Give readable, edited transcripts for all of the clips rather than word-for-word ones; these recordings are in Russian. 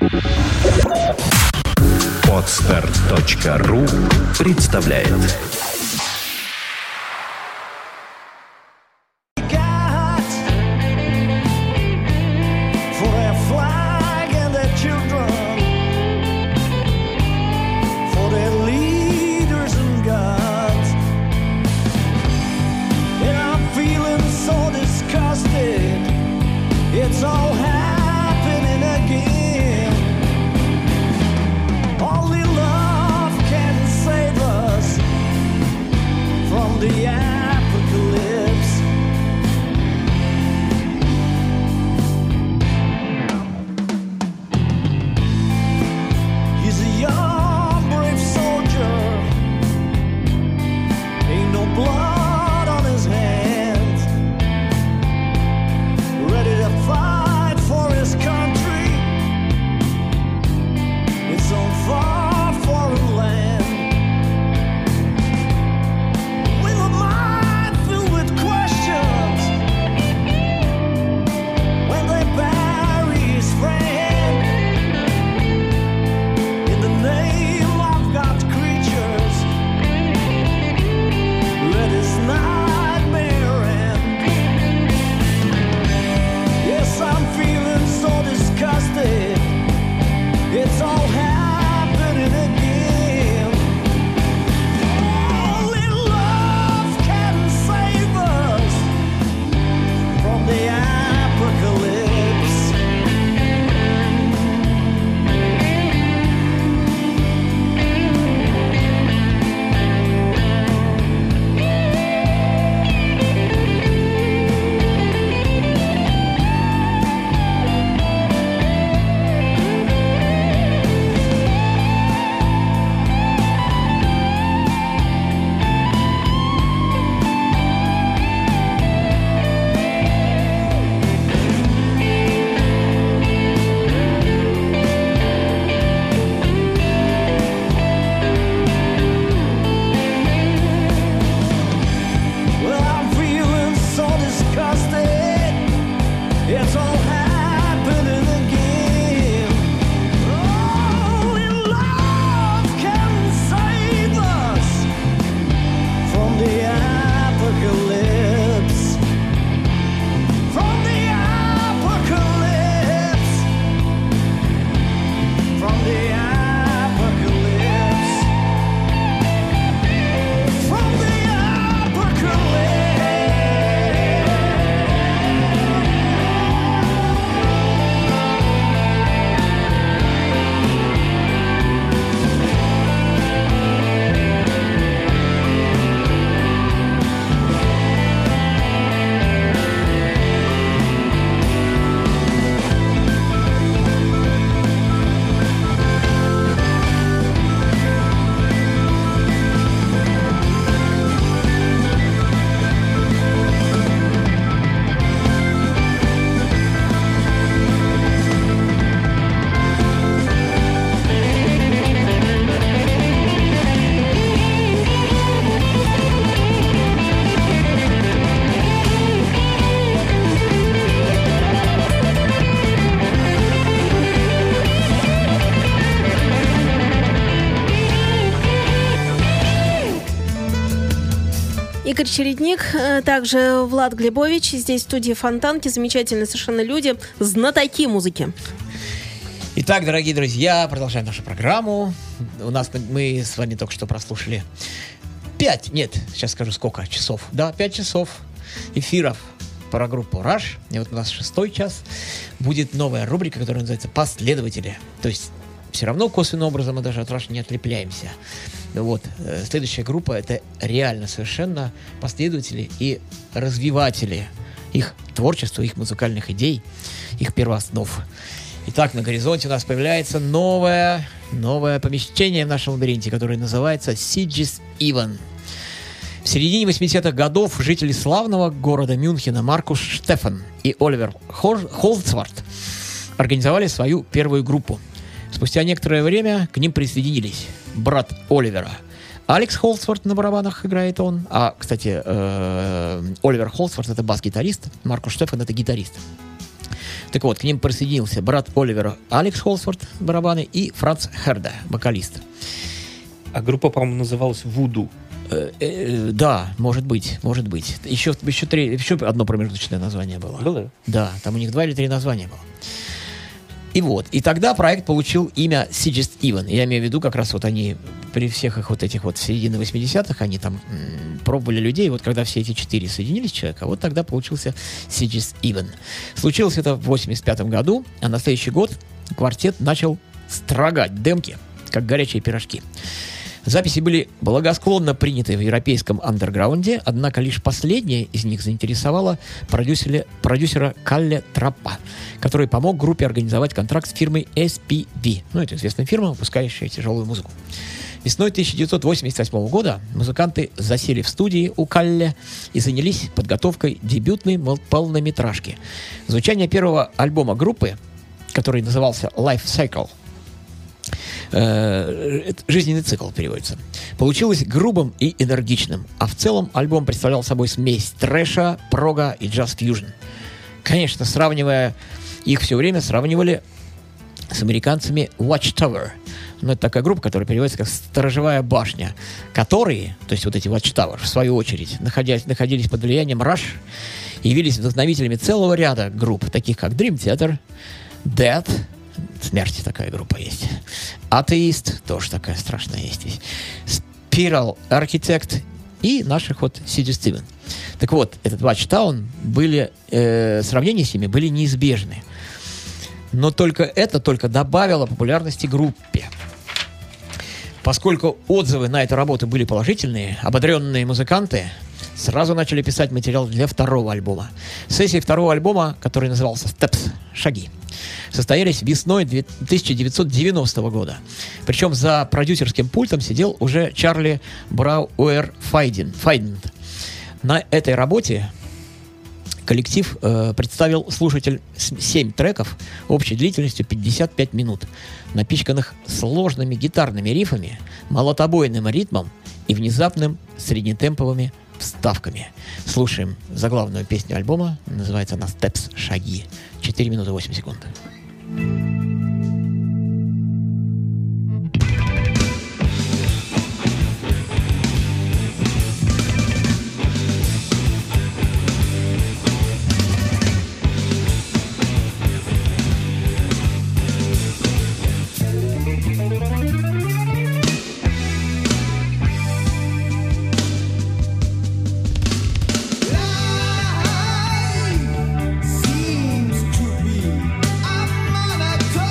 Podster.ru представляет. Игорь Чередник, также Влад Глебович. Здесь в студии Фонтанки. Замечательные совершенно люди, знатоки музыки. Итак, дорогие друзья, продолжаем нашу программу. Мы с вами только что прослушали 5 часов. Да, 5 часов эфиров про группу Rush. И вот у нас 6-й час. Будет новая рубрика, которая называется «Последователи». То есть все равно косвенным образом мы даже от Rush не отлепляемся. Вот. Следующая группа — это реально совершенно последователи и развиватели их творчества, их музыкальных идей, их первооснов. Итак, на горизонте у нас появляется новое помещение в нашем лабиринте, которое называется Sigis Even. В середине 80-х годов жители славного города Мюнхена Маркус Штефан и Оливер Холцварт организовали свою первую группу. Спустя некоторое время к ним присоединились брат Оливера Алекс Холцварт, на барабанах играет он. А, кстати, Оливер Холцварт — это бас-гитарист, Маркус Штефан — это гитарист. Так вот, к ним присоединился брат Оливера Алекс Холсворт, барабаны, и Франц Херде, вокалист. А группа, по-моему, называлась «Вуду». Да, может быть. Еще одно промежуточное название было. Было? Да, там у них 2 или 3 названия было. И тогда проект получил имя Suggested Even. Я имею в виду, как раз вот они при всех их вот этих вот середины 80-х, они там пробовали людей, вот когда все эти 4 соединились человека, вот тогда получился Suggested Even. Случилось это в 85 году, а на следующий год квартет начал строгать демки, как горячие пирожки. Записи были благосклонно приняты в европейском андерграунде, однако лишь последняя из них заинтересовала продюсера Калле Траппа, который помог группе организовать контракт с фирмой SPV. Это известная фирма, выпускающая тяжелую музыку. Весной 1988 года музыканты засели в студии у Калле и занялись подготовкой дебютной полнометражки. Звучание первого альбома группы, который назывался Life Cycle, жизненный цикл переводится, получилось грубым и энергичным, а в целом альбом представлял собой смесь трэша, прога и джаз-фьюжн. Конечно, сравнивая их все время, сравнивали с американцами Watchtower. Это такая группа, которая переводится как «Сторожевая башня», которые, то есть вот эти Watchtower, в свою очередь, находились под влиянием Rush и явились вдохновителями целого ряда групп, таких как Dream Theater, Dead, смерти такая группа есть, Atheist, тоже такая страшная есть, Spiral Architect и наших вот Suggested Even. Так вот, этот Watchtower сравнения с ними были неизбежны. Но это только добавило популярности группе. Поскольку отзывы на эту работу были положительные, ободренные музыканты сразу начали писать материал для второго альбома. Сессии второго альбома, который назывался «Steps» — «Шаги», состоялись весной 1990 года. Причем за продюсерским пультом сидел уже Чарли Брауэр Файдент. На этой работе коллектив представил слушатель 7 треков общей длительностью 55 минут, напичканных сложными гитарными рифами, молотобойным ритмом и внезапным среднетемповыми вставками. Слушаем заглавную песню альбома. Называется она «Steps» — «Шаги». 4 минуты 8 секунд. Seems to be a monotone.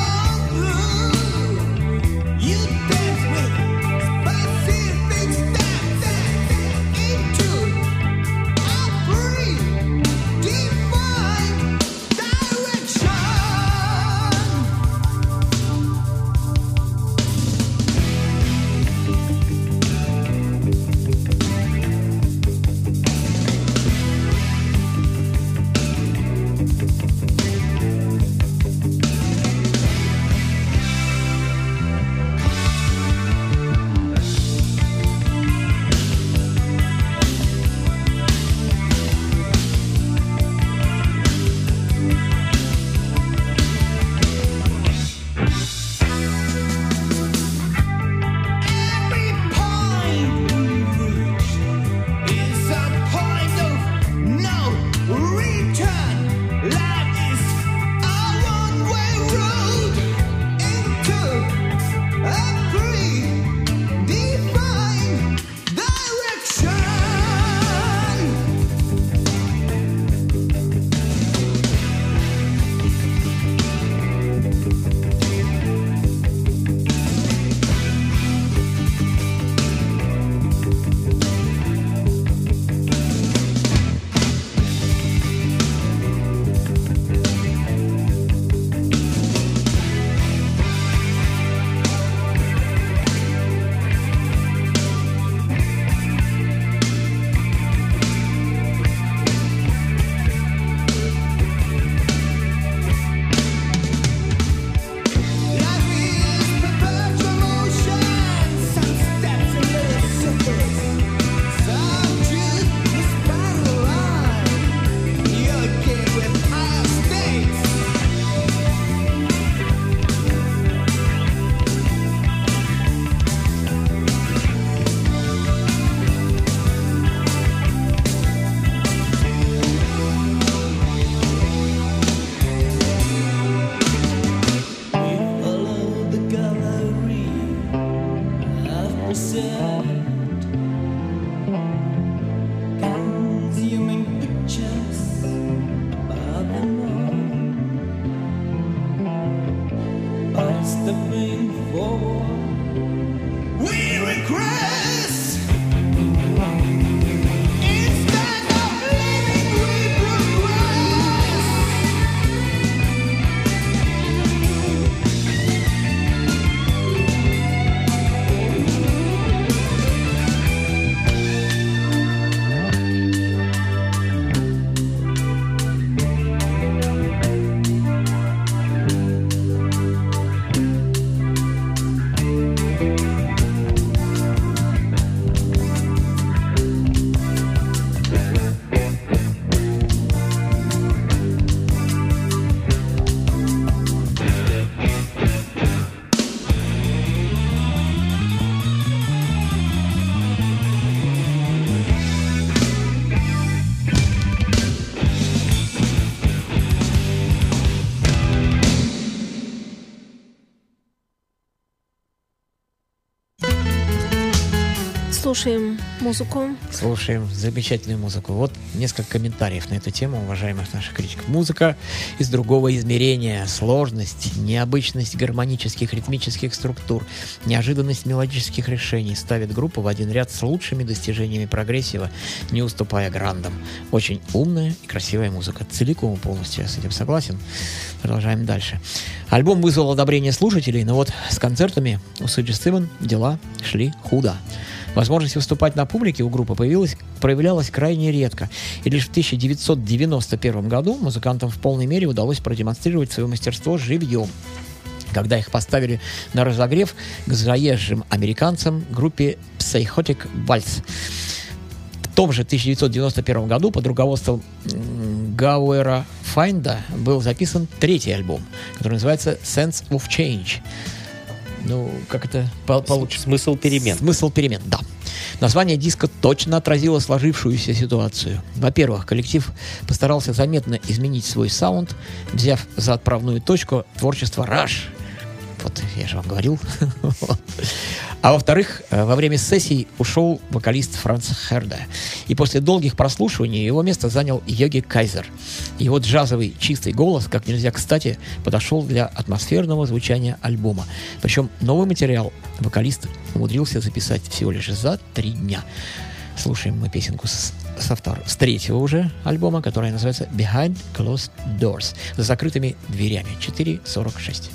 stepping forward. We regress instead of living, we progress. Слушаем музыку. Слушаем замечательную музыку. Вот несколько комментариев на эту тему, уважаемых наших критиков. Музыка из другого измерения. Сложность, необычность гармонических, ритмических структур, неожиданность мелодических решений ставит группу в один ряд с лучшими достижениями прогрессива, не уступая грандам. Очень умная и красивая музыка. Целиком и полностью я с этим согласен. Продолжаем дальше. Альбом вызвал одобрение слушателей, но вот с концертами у Суджи Стивен дела шли худо. Возможность выступать на публике у группы проявлялась крайне редко. И лишь в 1991 году музыкантам в полной мере удалось продемонстрировать свое мастерство живьем, когда их поставили на разогрев к заезжим американцам группе Psychotic Waltz. В том же 1991 году под руководством Гауэра Файнда был записан третий альбом, который называется Sense of Change. Ну, как это получится? Смысл перемен. Смысл перемен, да. Название диска точно отразило сложившуюся ситуацию. Во-первых, коллектив постарался заметно изменить свой саунд, взяв за отправную точку творчество Rush. Вот, я же вам говорил. А во-вторых, во время сессий ушел вокалист Франц Херде. И после долгих прослушиваний его место занял Йоги Кайзер. Его джазовый чистый голос, как нельзя кстати, подошел для атмосферного звучания альбома. Причем новый материал вокалист умудрился записать всего лишь за 3 дня. Слушаем мы песенку с третьего уже альбома, которая называется Behind Closed Doors. За закрытыми дверями. 4:46.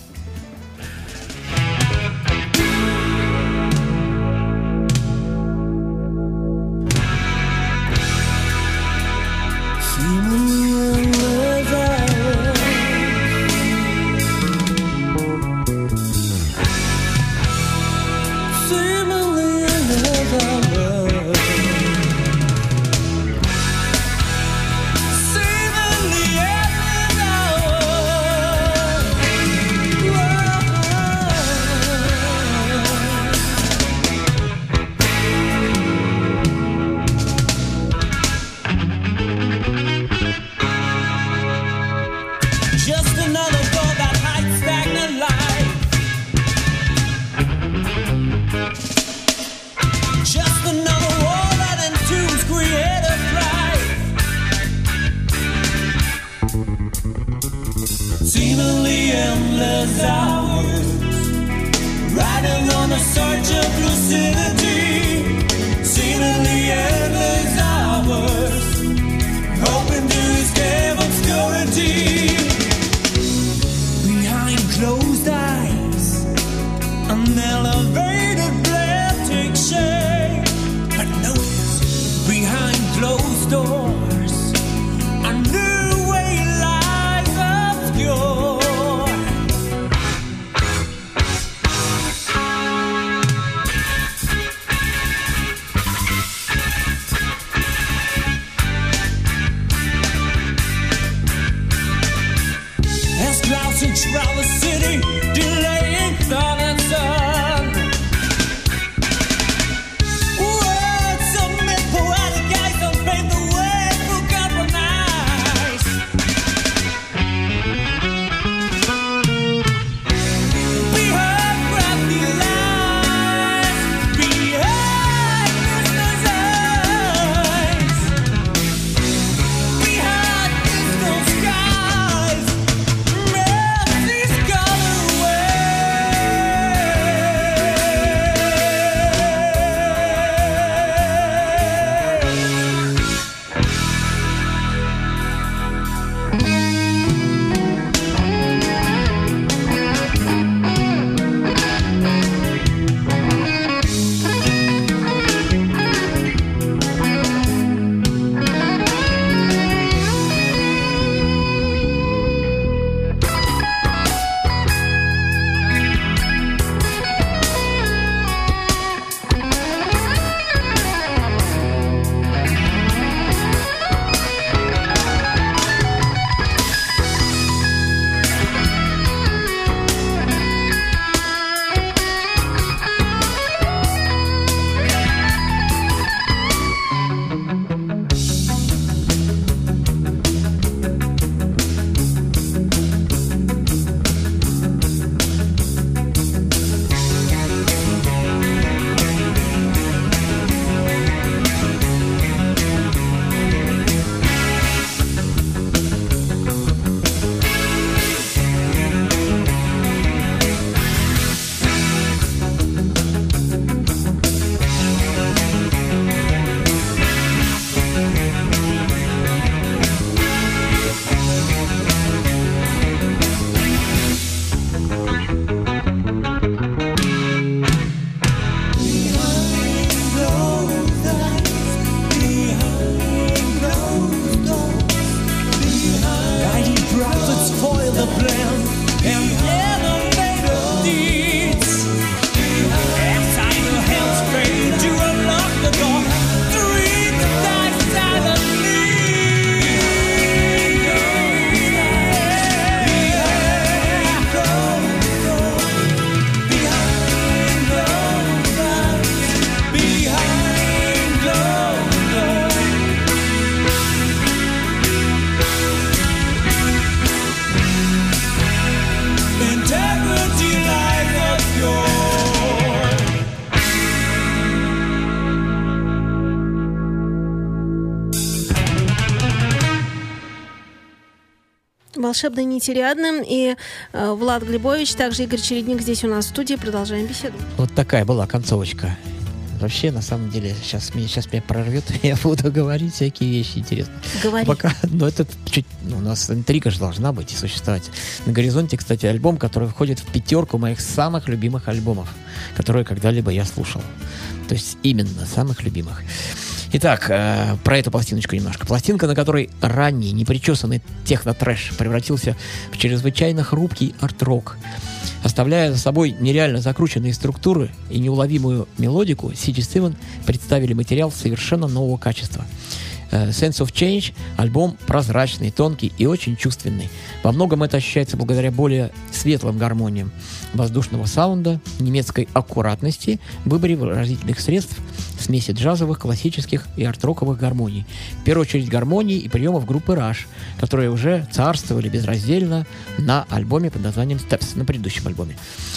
«Волшебные нити Ариадны» и Влад Глебович, также Игорь Чередник здесь у нас в студии. Продолжаем беседу. Вот такая была концовочка. Вообще, на самом деле, сейчас меня прорвет, я буду говорить всякие вещи интересные. Говори. Пока, это чуть, у нас интрига же должна быть и существовать. На горизонте, кстати, альбом, который входит в 5 моих самых любимых альбомов, которые когда-либо я слушал. То есть именно самых любимых. Итак, про эту пластиночку немножко. Пластинка, на которой ранний, непричесанный техно-трэш превратился в чрезвычайно хрупкий арт-рок. Оставляя за собой нереально закрученные структуры и неуловимую мелодику, CG7 представили материал совершенно нового качества. Sense of Change – альбом прозрачный, тонкий и очень чувственный. Во многом это ощущается благодаря более светлым гармониям воздушного саунда, немецкой аккуратности, выборе выразительных средств, смеси джазовых, классических и арт-роковых гармоний. В первую очередь гармоний и приемов группы Rush, которые уже царствовали безраздельно на альбоме под названием Steps, на предыдущем альбоме.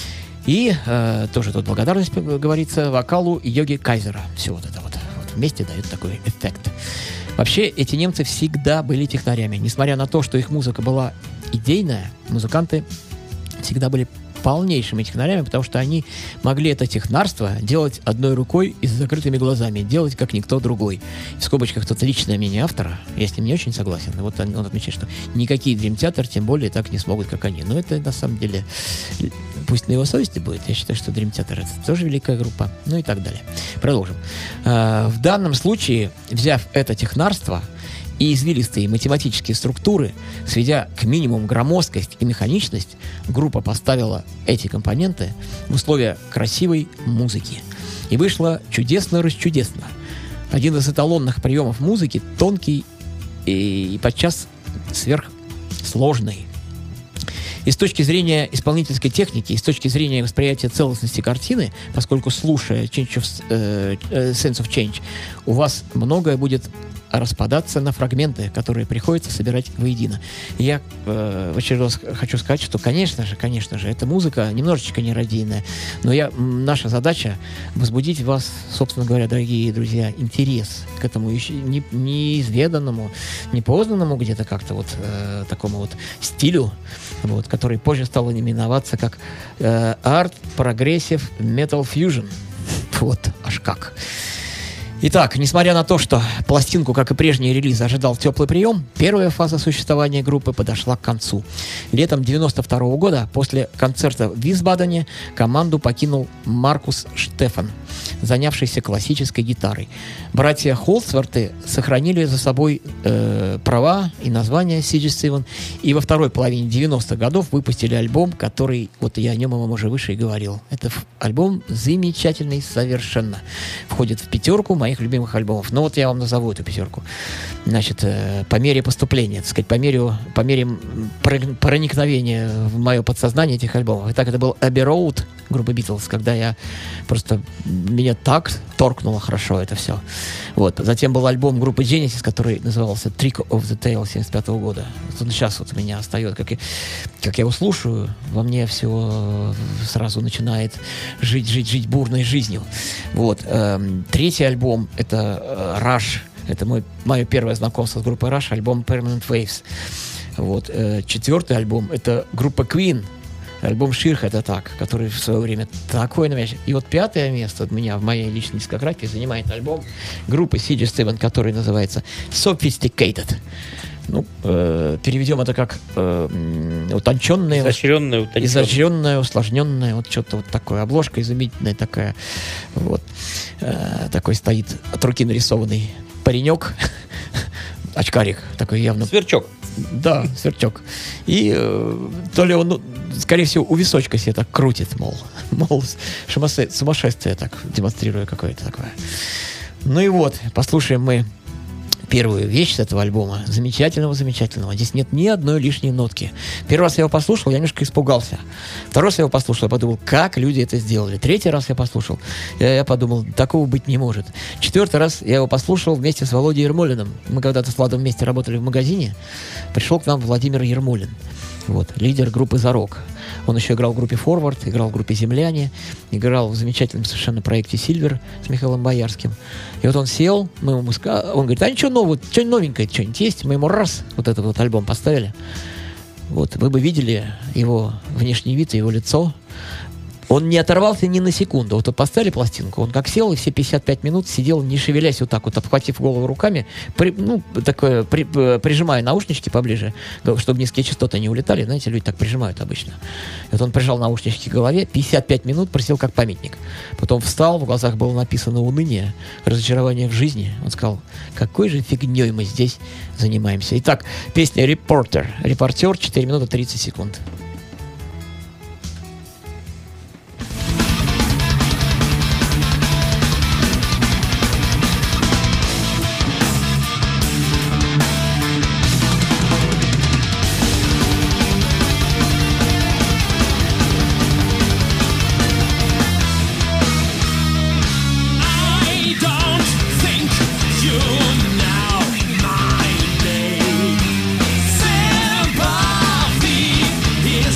И тоже тут благодарность говорится вокалу Йоги Кайзера. Все вот это вот вместе дает такой эффект. Вообще, эти немцы всегда были технарями. Несмотря на то, что их музыка была идейная, музыканты всегда были полнейшими технарями, потому что они могли это технарство делать одной рукой и с закрытыми глазами, делать как никто другой. В скобочках тут личное мнение автора, я с ним не очень согласен. Вот он отмечает, что никакие Dream Theater тем более так не смогут, как они. Но это на самом деле пусть на его совести будет. Я считаю, что Dream Theater — это тоже великая группа. Ну и так далее. Продолжим. В данном случае, взяв это технарство и извилистые математические структуры, сведя к минимуму громоздкость и механичность, группа поставила эти компоненты в условия красивой музыки. И вышло чудесно-расчудесно. Один из эталонных приемов музыки, тонкий и подчас сверхсложный. И с точки зрения исполнительской техники, и с точки зрения восприятия целостности картины, поскольку, слушая Sense of Change, у вас многое будет распадаться на фрагменты, которые приходится собирать воедино. И я в очередной раз хочу сказать, что, конечно же, эта музыка немножечко нерадийная, но наша задача возбудить вас, собственно говоря, дорогие друзья, интерес к этому еще неизведанному, непознанному где-то как-то вот такому вот стилю, вот, который позже стал именоваться как Art Progressive Metal Fusion. Вот, аж как. Итак, несмотря на то, что пластинку, как и прежние релизы, ожидал теплый прием, первая фаза существования группы подошла к концу. Летом 1992 года, после концерта в Висбадене, команду покинул Маркус Штефан, занявшийся классической гитарой. Братья Холцверты сохранили за собой права и название CG7, и во второй половине 90-х годов выпустили альбом, который, вот я о нем вам уже выше и говорил. Это альбом замечательный совершенно. Входит в 5 моих любимых альбомов. Но вот я вам назову эту 5. Значит, по мере поступления, так сказать, по мере проникновения в мое подсознание этих альбомов. Итак, это был Abbey Road группы Beatles, когда меня так торкнуло хорошо это все. Вот. Затем был альбом группы Genesis, который назывался Trick of the Tail 75 года. Вот он сейчас вот меня остается, как я его слушаю, во мне все сразу начинает жить бурной жизнью. Вот. 3-й альбом — это Rush. Это мое первое знакомство с группой Rush, альбом Permanent Waves. Вот. 4-й альбом — это группа Queen. Альбом Sheer Head Attack, который в свое время такой навязчивый. И вот 5-е место от меня в моей личной дискографии занимает альбом группы CG7, который называется Sophisticated. Ну, переведем это как утонченное, изощренное, усложненное, вот что-то вот такое. Обложка изумительная такая. Вот. Такой стоит от руки нарисованный паренек, очкарик такой явно. Сверчок. Да, сверчок. И то ли он, скорее всего, у височка себе так крутит, мол, сумасшествие так, демонстрируя какое-то такое. Ну и вот, послушаем мы первую вещь с этого альбома. Замечательного. Здесь нет ни одной лишней нотки. Первый раз я его послушал, я немножко испугался. Второй раз я его послушал, я подумал, как люди это сделали. 3-й раз я послушал, я подумал, такого быть не может. 4-й раз я его послушал вместе с Володей Ермолиным. Мы когда-то с Владом вместе работали в магазине. Пришел к нам Владимир Ермолин. Вот, лидер группы «Зарок». Он еще играл в группе «Форвард», играл в группе «Земляне», играл в замечательном совершенно проекте «Сильвер» с Михаилом Боярским. И вот он сел, он говорит, а ничего нового, что-нибудь новенькое, что-нибудь есть? Мы ему раз вот этот вот альбом поставили. Вот, вы бы видели его внешний вид и его лицо. Он не оторвался ни на секунду. Вот поставили пластинку, он как сел, и все 55 минут сидел, не шевелясь, вот так вот, обхватив голову руками, прижимая наушнички поближе, чтобы низкие частоты не улетали. Знаете, люди так прижимают обычно. И вот он прижал наушнички к голове, 55 минут просидел как памятник. Потом встал, в глазах было написано уныние, разочарование в жизни. Он сказал, какой же фигней мы здесь занимаемся. Итак, песня «Репортер». «Репортер», 4 минуты 30 секунд. I don't think you know my name. Sympathy is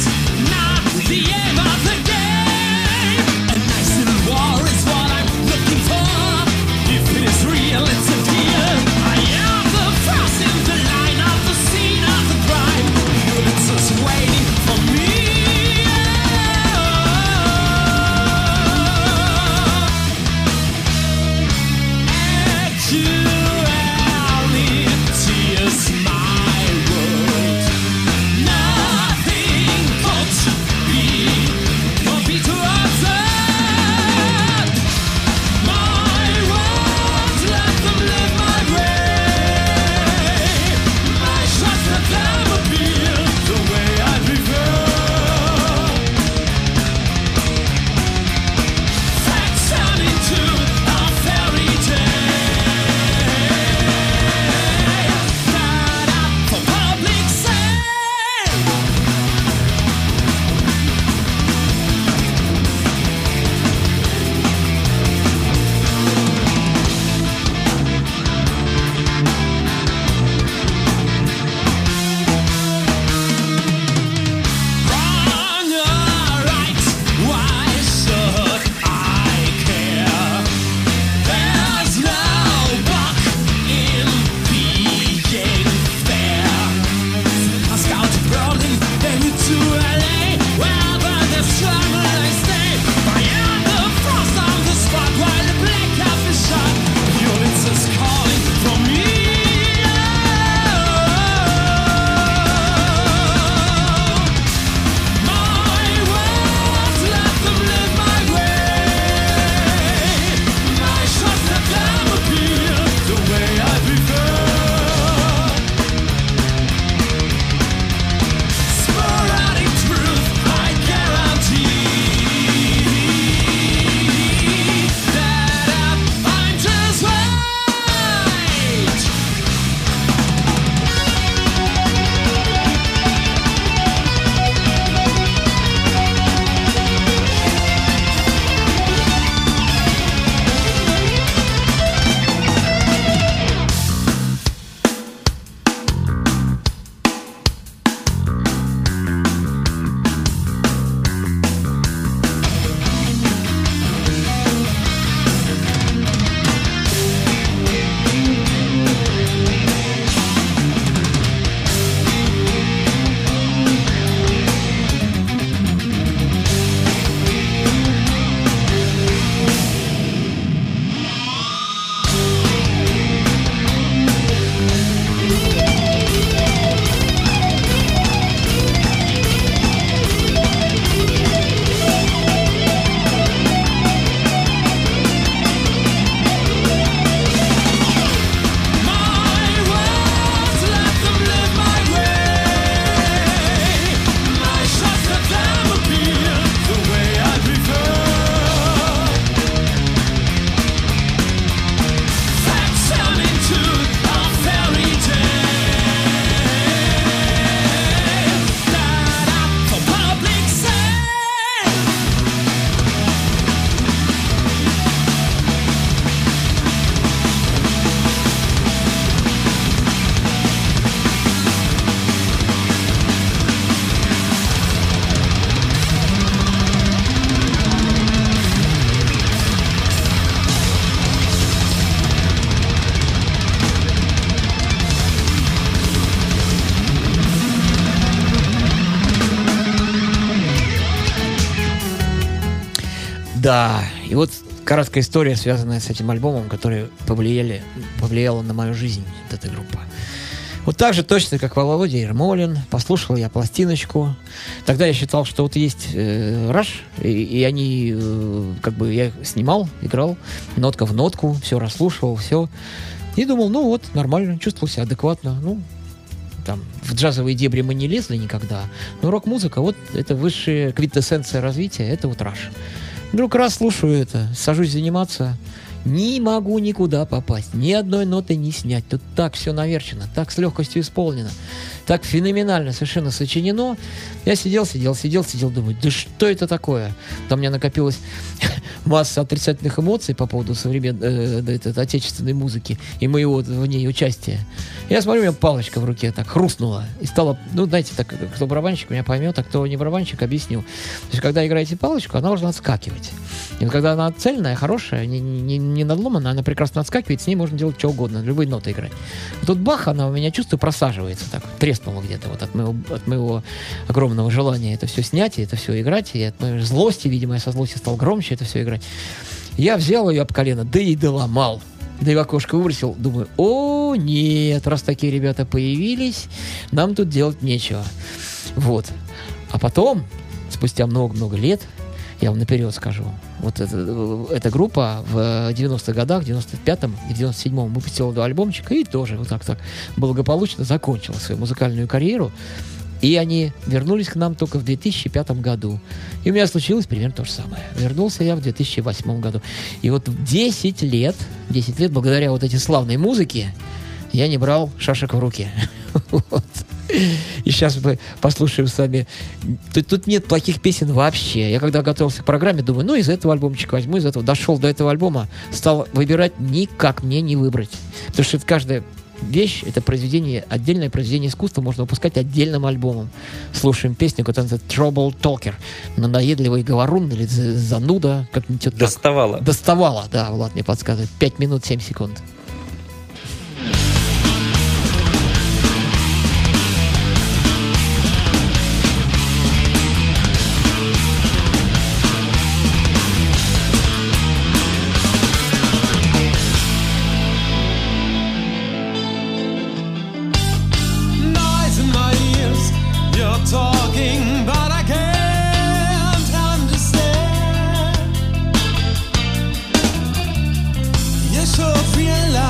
Да, и вот короткая история, связанная с этим альбомом, который повлияла на мою жизнь, вот эта группа. Вот так же точно, как Володя Ермолин, послушал я пластиночку. Тогда я считал, что вот есть Rush, и они, как бы, я снимал, играл, нотка в нотку, все расслушивал, все. И думал, ну вот, нормально, чувствовал себя адекватно. Ну, там, в джазовые дебри мы не лезли никогда, но рок-музыка, вот, это высшая квинтэссенция развития, это вот Rush. Вдруг раз слушаю это, сажусь заниматься, не могу никуда попасть, ни одной ноты не снять. Тут так все наверчено, так с легкостью исполнено, так феноменально совершенно сочинено. Я сидел, думаю, да что это такое? Там у меня накопилась масса отрицательных эмоций по поводу современной, отечественной музыки и моего в ней участия. Я смотрю, у меня палочка в руке так хрустнула. И стала, ну, знаете, так, кто барабанщик меня поймет, а кто не барабанщик, объясню. То есть, когда играете палочку, она должна отскакивать. И вот когда она цельная, хорошая, не надломанная, она прекрасно отскакивает, с ней можно делать что угодно, любые ноты играть. Вот тут бах, она у меня, чувствую, просаживается так, треснула где-то вот от моего огромного желания это все снять, и это все играть, и от моей злости, видимо, я со злости стал громче это все играть. Я взял ее об колено, да и доломал. Да и в окошко выбросил, думаю, о, нет, раз такие ребята появились, нам тут делать нечего. Вот. А потом, спустя много-много лет, я вам наперед скажу, вот эта группа в 90-х годах, в 95-м и в 97-м выпустила 2 альбомчика и тоже вот так благополучно закончила свою музыкальную карьеру. И они вернулись к нам только в 2005 году. И у меня случилось примерно то же самое. Вернулся я в 2008 году. И вот 10 лет, благодаря вот этой славной музыке, я не брал шашек в руки. Вот. И сейчас мы послушаем с вами. Тут нет плохих песен вообще. Я когда готовился к программе, думаю, ну, из этого альбомчика возьму, из этого. Дошел до этого альбома, стал выбирать, никак мне не выбрать. Потому что это каждая вещь, это произведение, отдельное произведение искусства можно выпускать отдельным альбомом. Слушаем песню, которая называется Trouble Talker. Надоедливый говорун или зануда. Как-нибудь Доставала. Доставала, да, Влад мне подсказывает. 5 минут 7 секунд. Talking, but I can't understand. You should realize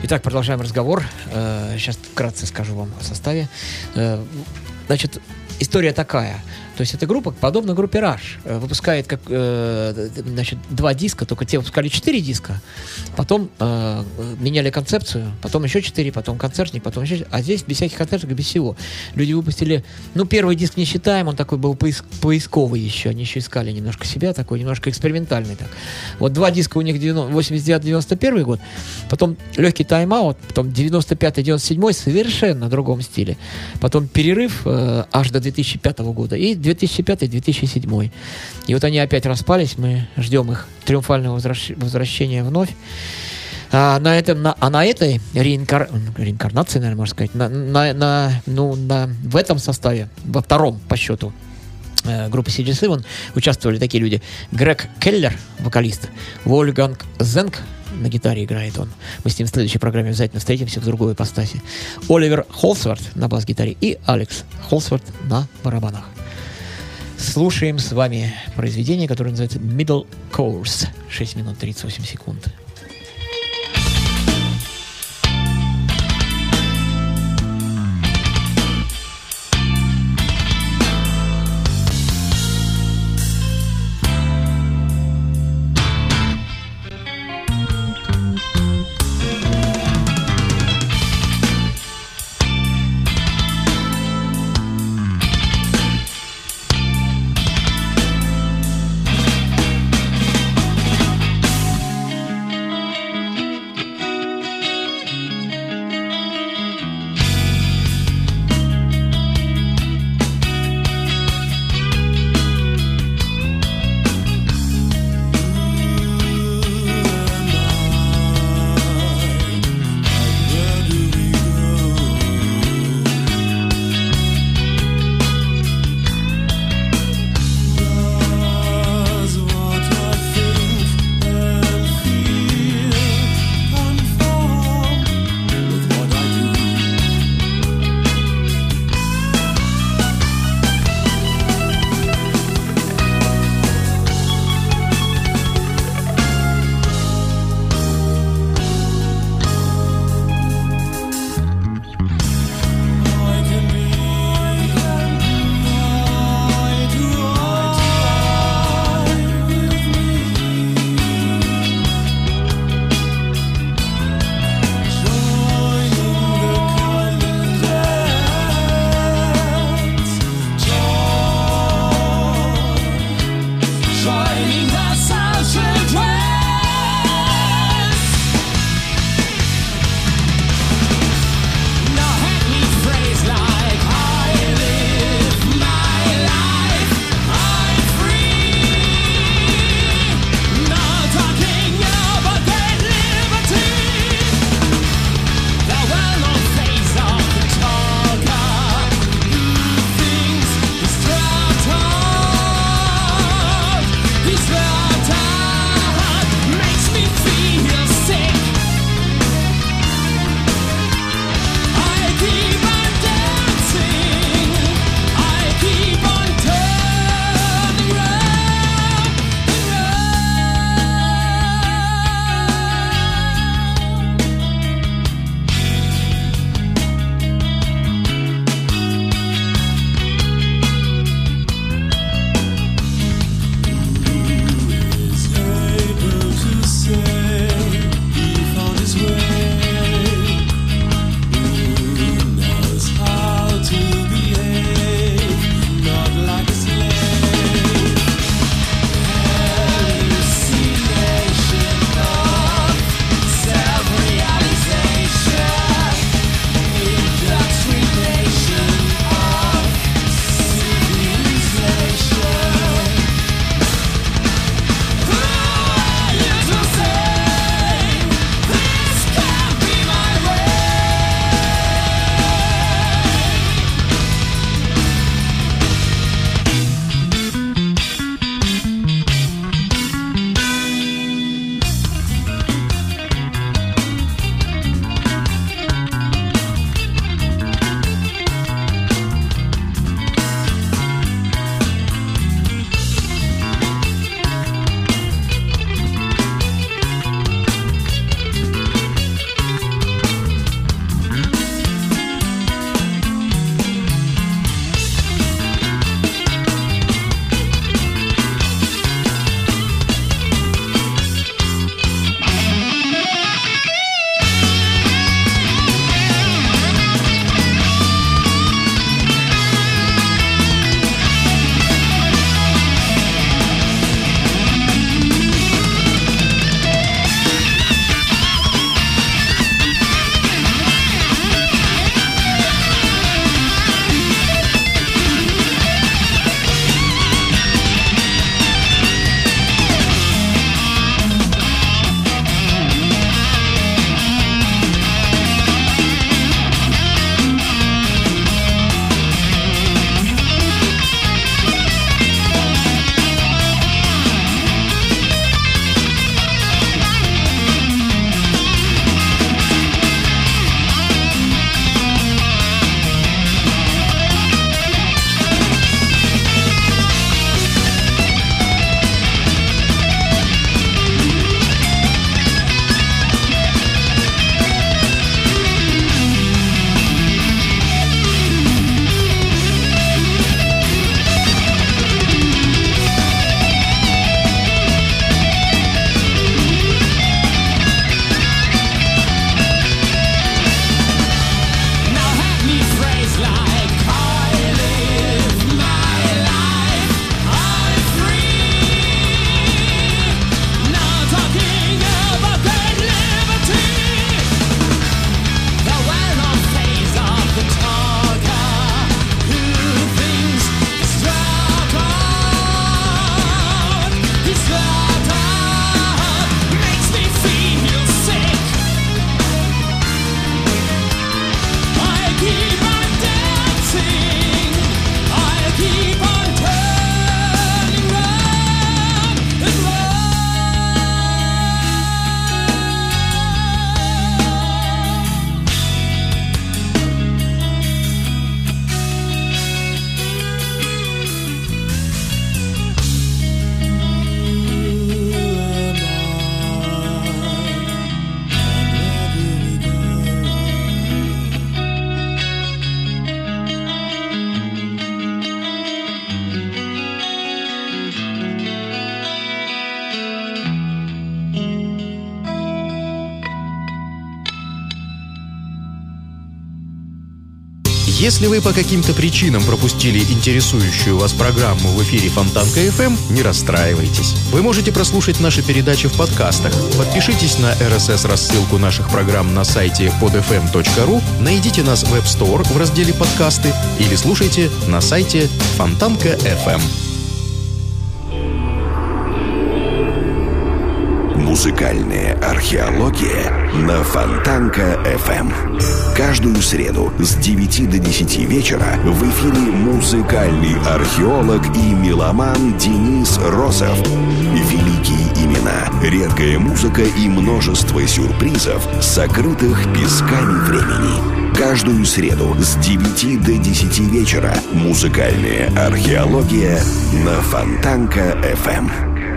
Итак, продолжаем разговор. Сейчас вкратце скажу вам о составе. Значит, история такая. То есть эта группа, подобно группе Rush, выпускает значит, 2 диска, только те выпускали 4 диска, потом меняли концепцию, потом еще 4, потом концертник, потом еще... А здесь без всяких концертов, без всего. Люди выпустили... Ну, первый диск не считаем, он такой был поисковый еще. Они еще искали немножко себя, такой немножко экспериментальный. Так. Вот 2 диска у них 89-91 год, потом легкий тайм-аут, потом 95-97 совершенно в другом стиле. Потом перерыв аж до 2005 года и 2005-2007. И вот они опять распались, мы ждем их триумфального возвращения вновь. На этой реинкарнации, наверное, можно сказать, в этом составе, во втором по счету группы CG7 участвовали такие люди: Грег Келлер, вокалист, Вольфганг Зенг, на гитаре играет он. Мы с ним в следующей программе обязательно встретимся в другой ипостаси. Оливер Холсворт на бас-гитаре и Алекс Холсворт на барабанах. Слушаем с вами произведение, которое называется Middle Course. 6 минут 38 секунд. Если вы по каким-то причинам пропустили интересующую вас программу в эфире Фонтанка FM, не расстраивайтесь. Вы можете прослушать наши передачи в подкастах. Подпишитесь на RSS-рассылку наших программ на сайте podfm.ru, найдите нас в App Store в разделе «Подкасты» или слушайте на сайте Фонтанка FM. Музыкальная археология на Фонтанка FM. Каждую среду с 9 до 10 вечера в эфире музыкальный археолог и меломан Денис Розов. Великие имена, редкая музыка и множество сюрпризов, сокрытых песками времени. Каждую среду с 9 до 10 вечера музыкальная археология на Фонтанка FM.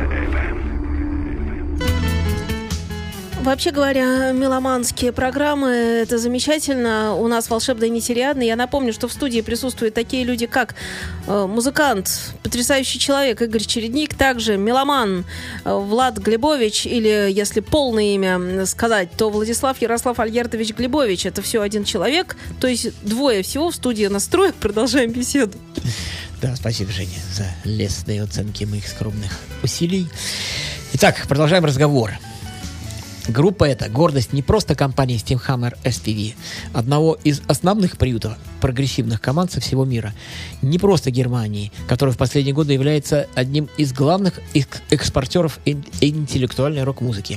Вообще говоря, меломанские программы — это замечательно. У нас волшебная Нитериадна. Я напомню, что в студии присутствуют такие люди, как музыкант, потрясающий человек Игорь Чередник, также меломан Влад Глебович, или, если полное имя сказать, то Владислав Ярослав Альгертович Глебович. Это все один человек, то есть двое всего в студии настроек. Продолжаем беседу. Да, спасибо, Женя, за лестные оценки моих скромных усилий. Итак, продолжаем разговор. Группа эта — гордость не просто компании Steamhammer SPV, одного из основных приютов прогрессивных команд со всего мира, не просто Германии, которая в последние годы является одним из главных экспортеров интеллектуальной рок-музыки.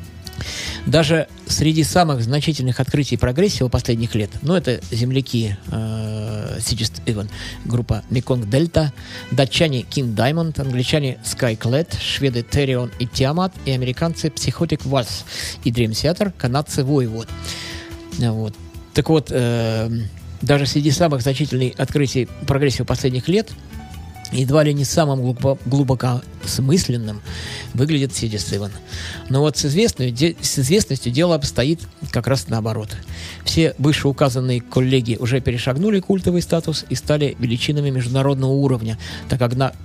Даже среди самых значительных открытий прогрессива последних лет, это земляки Сиджест Иван, группа Mekong Delta, датчане King Diamond, англичане Skyclad, шведы Therion и Tiamat, и американцы Psychotic Waltz и Dream Theater, канадцы Voivod. Так вот, даже среди самых значительных открытий прогрессива последних лет едва ли не самым глубокосмысленным выглядит Сиджест Иван. Но с известностью дело обстоит как раз наоборот. Все вышеуказанные коллеги уже перешагнули культовый статус и стали величинами международного уровня, так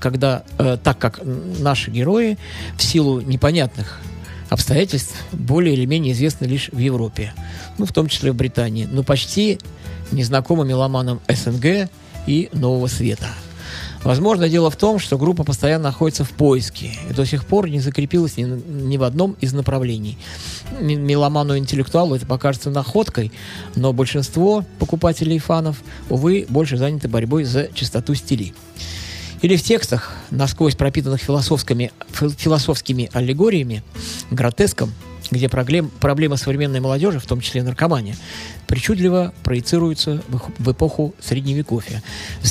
как наши герои в силу непонятных обстоятельств более или менее известны лишь в Европе, в том числе в Британии, но почти незнакомы меломанам СНГ и Нового Света. Возможно, дело в том, что группа постоянно находится в поиске и до сих пор не закрепилась ни в одном из направлений. Меломану-интеллектуалу это покажется находкой, но большинство покупателей и фанов, увы, больше заняты борьбой за чистоту стилей. Или в текстах, насквозь пропитанных философскими аллегориями, гротеском, где проблемы современной молодежи, в том числе наркомания, причудливо проецируются в эпоху Средневековья,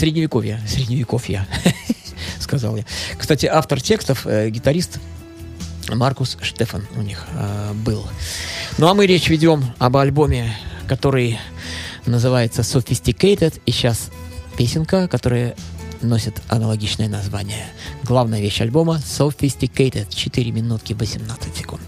сказал я. Кстати, автор текстов, гитарист Маркус Штефан у них был. А мы речь ведем об альбоме, который называется Sophisticated, и сейчас песенка, которая носит аналогичное название. Главная вещь альбома Sophisticated, 4 минутки 18 секунд.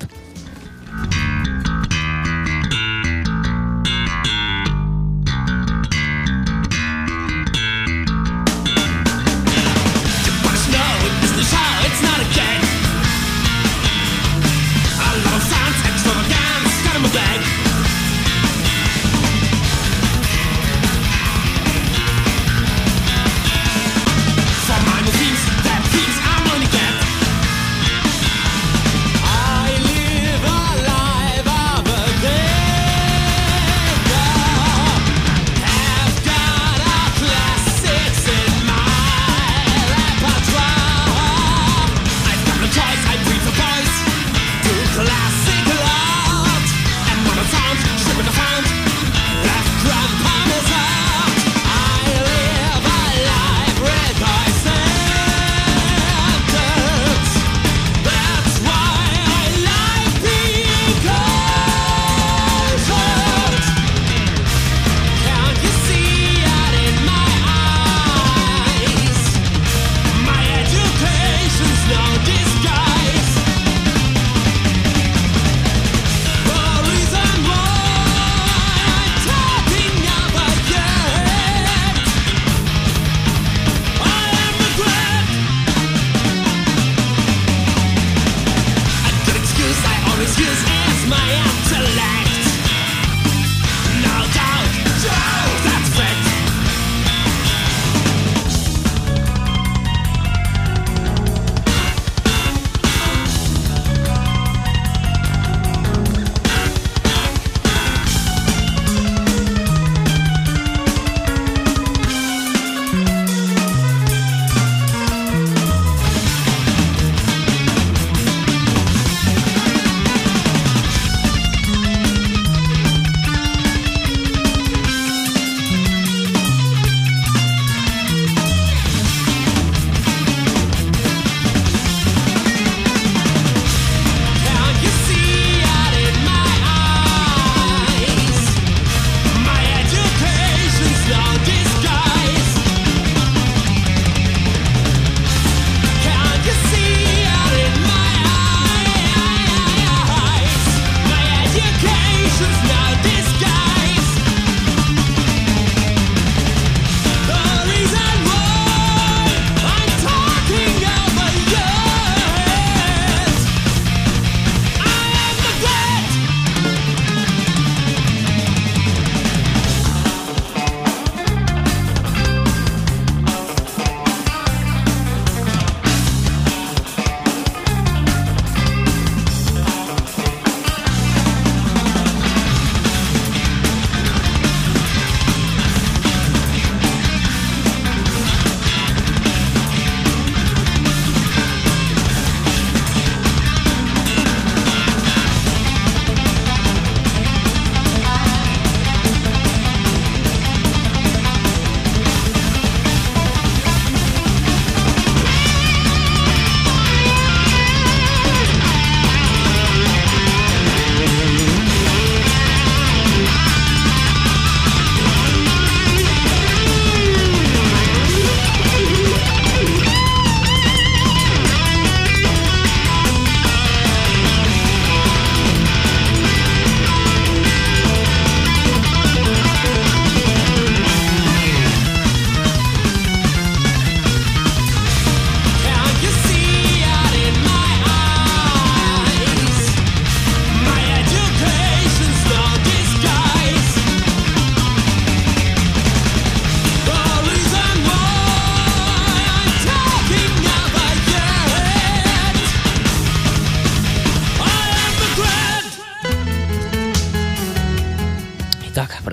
I live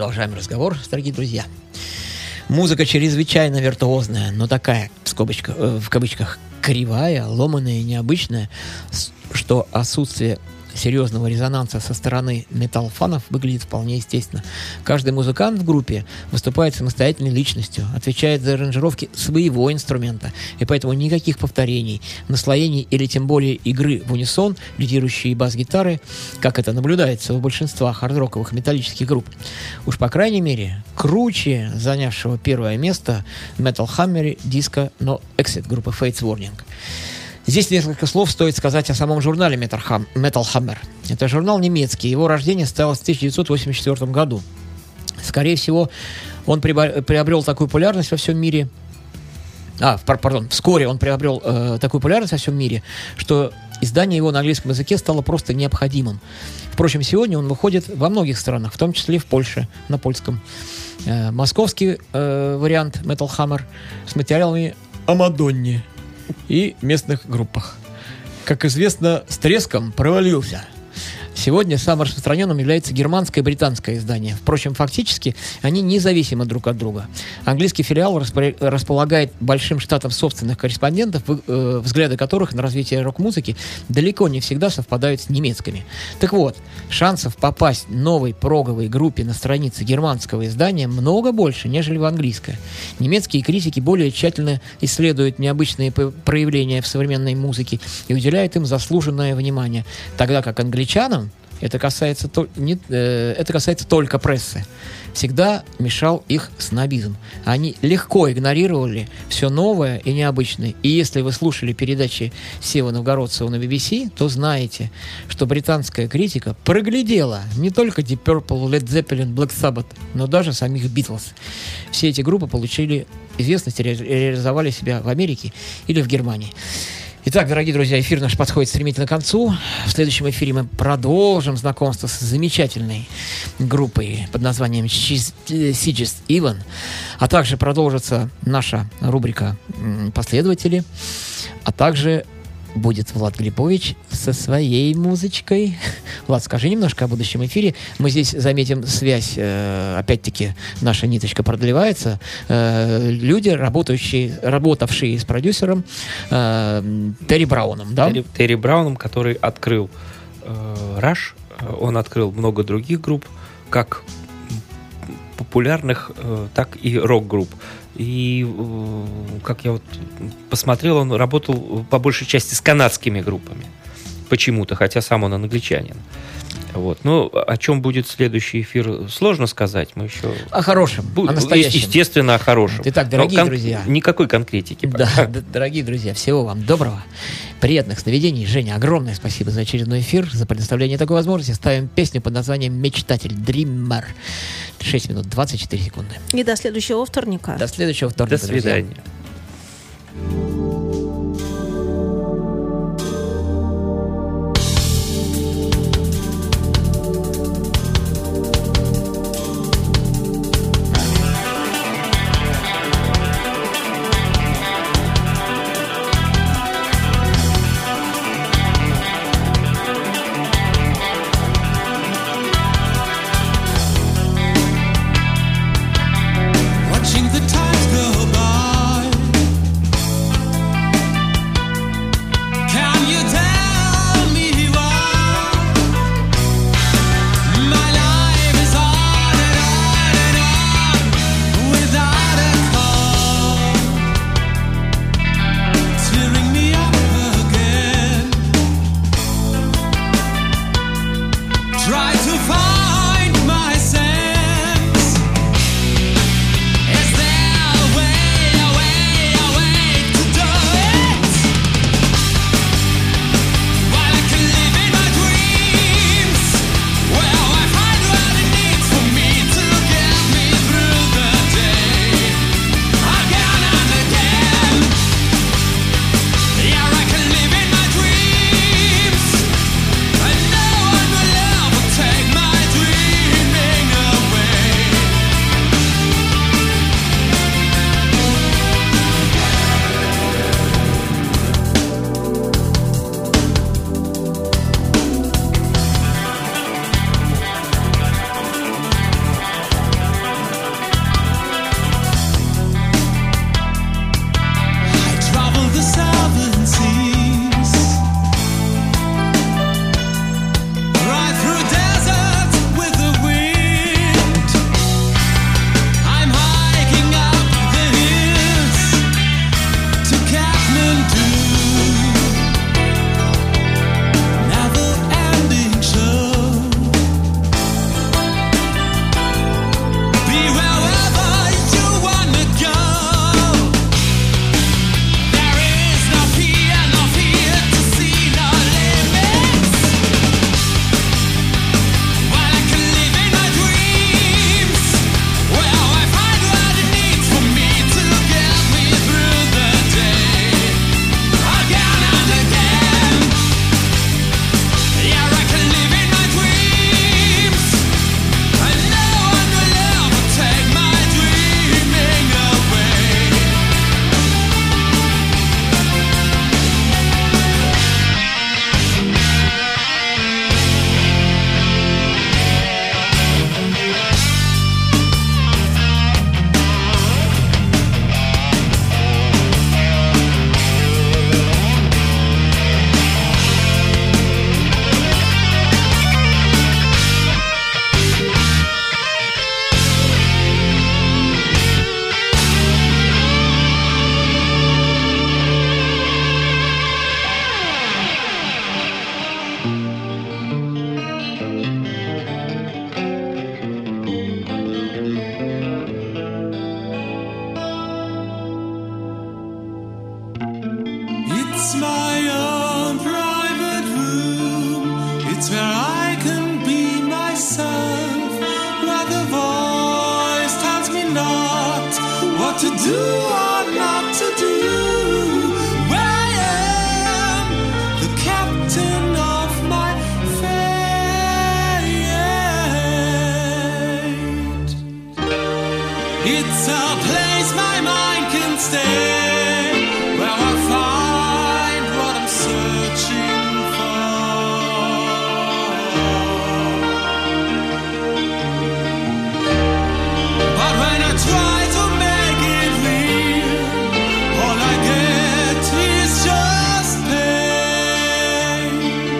продолжаем разговор, дорогие друзья. Музыка чрезвычайно виртуозная, но такая, в кавычках, кривая, ломаная и необычная, что отсутствие серьезного резонанса со стороны метал-фанов выглядит вполне естественно. Каждый музыкант в группе выступает самостоятельной личностью, отвечает за аранжировки своего инструмента, и поэтому никаких повторений, наслоений или тем более игры в унисон, лидирующие бас-гитары, как это наблюдается у большинства хард-роковых металлических групп. Уж по крайней мере, круче занявшего первое место Metal Hammer диска No Exit группы Fates Warning. Здесь несколько слов стоит сказать о самом журнале Metal Hammer. Это журнал немецкий, его рождение состоялось в 1984 году. Скорее всего, он приобрел такую популярность во всем мире. Вскоре он приобрел такую популярность во всем мире, что издание его на английском языке стало просто необходимым. Впрочем, сегодня он выходит во многих странах, в том числе в Польше, на польском. Московский вариант Metal Hammer с материалами о Мадонне и местных группах. Как известно, с треском провалился. Сегодня самым распространенным является германское и британское издание. Впрочем, фактически они независимы друг от друга. Английский филиал располагает большим штатом собственных корреспондентов, взгляды которых на развитие рок-музыки далеко не всегда совпадают с немецкими. Так вот, шансов попасть новой проговой группе на страницы германского издания много больше, нежели в английское. Немецкие критики более тщательно исследуют необычные проявления в современной музыке и уделяют им заслуженное внимание, тогда как англичанам это касается только прессы. Всегда мешал их снобизм. Они легко игнорировали все новое и необычное. И если вы слушали передачи Сева Новгородцева на BBC, то знаете, что британская критика проглядела не только Deep Purple, Led Zeppelin, Black Sabbath, но даже самих Beatles. Все эти группы получили известность и реализовали себя в Америке или в Германии. Итак, дорогие друзья, эфир наш подходит стремительно к концу. В следующем эфире мы продолжим знакомство с замечательной группой под названием Sieges Even, а также продолжится наша рубрика «Последователи», а также будет Влад Глебович со своей музычкой. Влад, скажи немножко о будущем эфире. Мы здесь заметим связь, опять-таки, наша ниточка продлевается. Люди, работавшие с продюсером Терри Брауном, да? Терри Брауном, который открыл Rush, он открыл много других групп, как популярных, так и рок-групп. И, как я вот посмотрел, он работал по большей части с канадскими группами. Почему-то, хотя сам он англичанин. Вот. Ну, о чем будет следующий эфир, сложно сказать. Мы еще... О хорошем, о настоящем. Естественно, о хорошем. Итак, дорогие друзья. Никакой конкретики. Да, дорогие друзья, всего вам доброго, приятных сновидений. Женя, огромное спасибо за очередной эфир, за предоставление такой возможности. Ставим песню под названием «Мечтатель», «Dreamer». 6 минут 24 секунды. И до следующего вторника. До следующего вторника, До свидания. Друзья. Watching the times go by. to do or not to do. I am the captain of my fate. It's a place my mind can stay, where I find what I'm searching for. But when I try to make it real, all I get is just pain.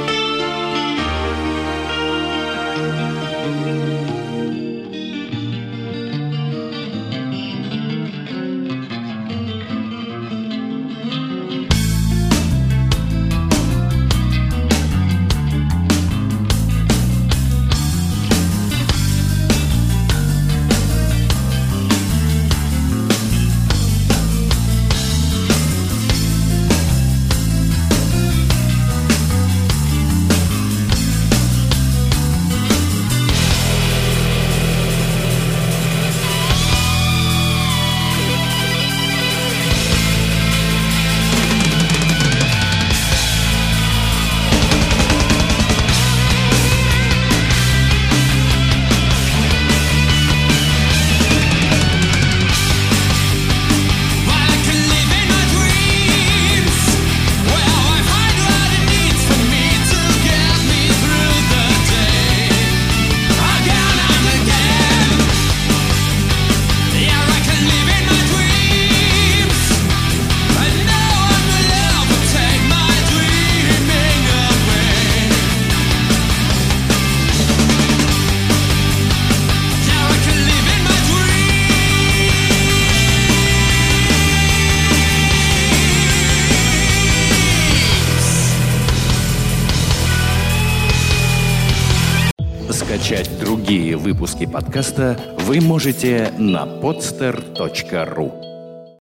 Скачать другие выпуски подкаста вы можете на podster.ru.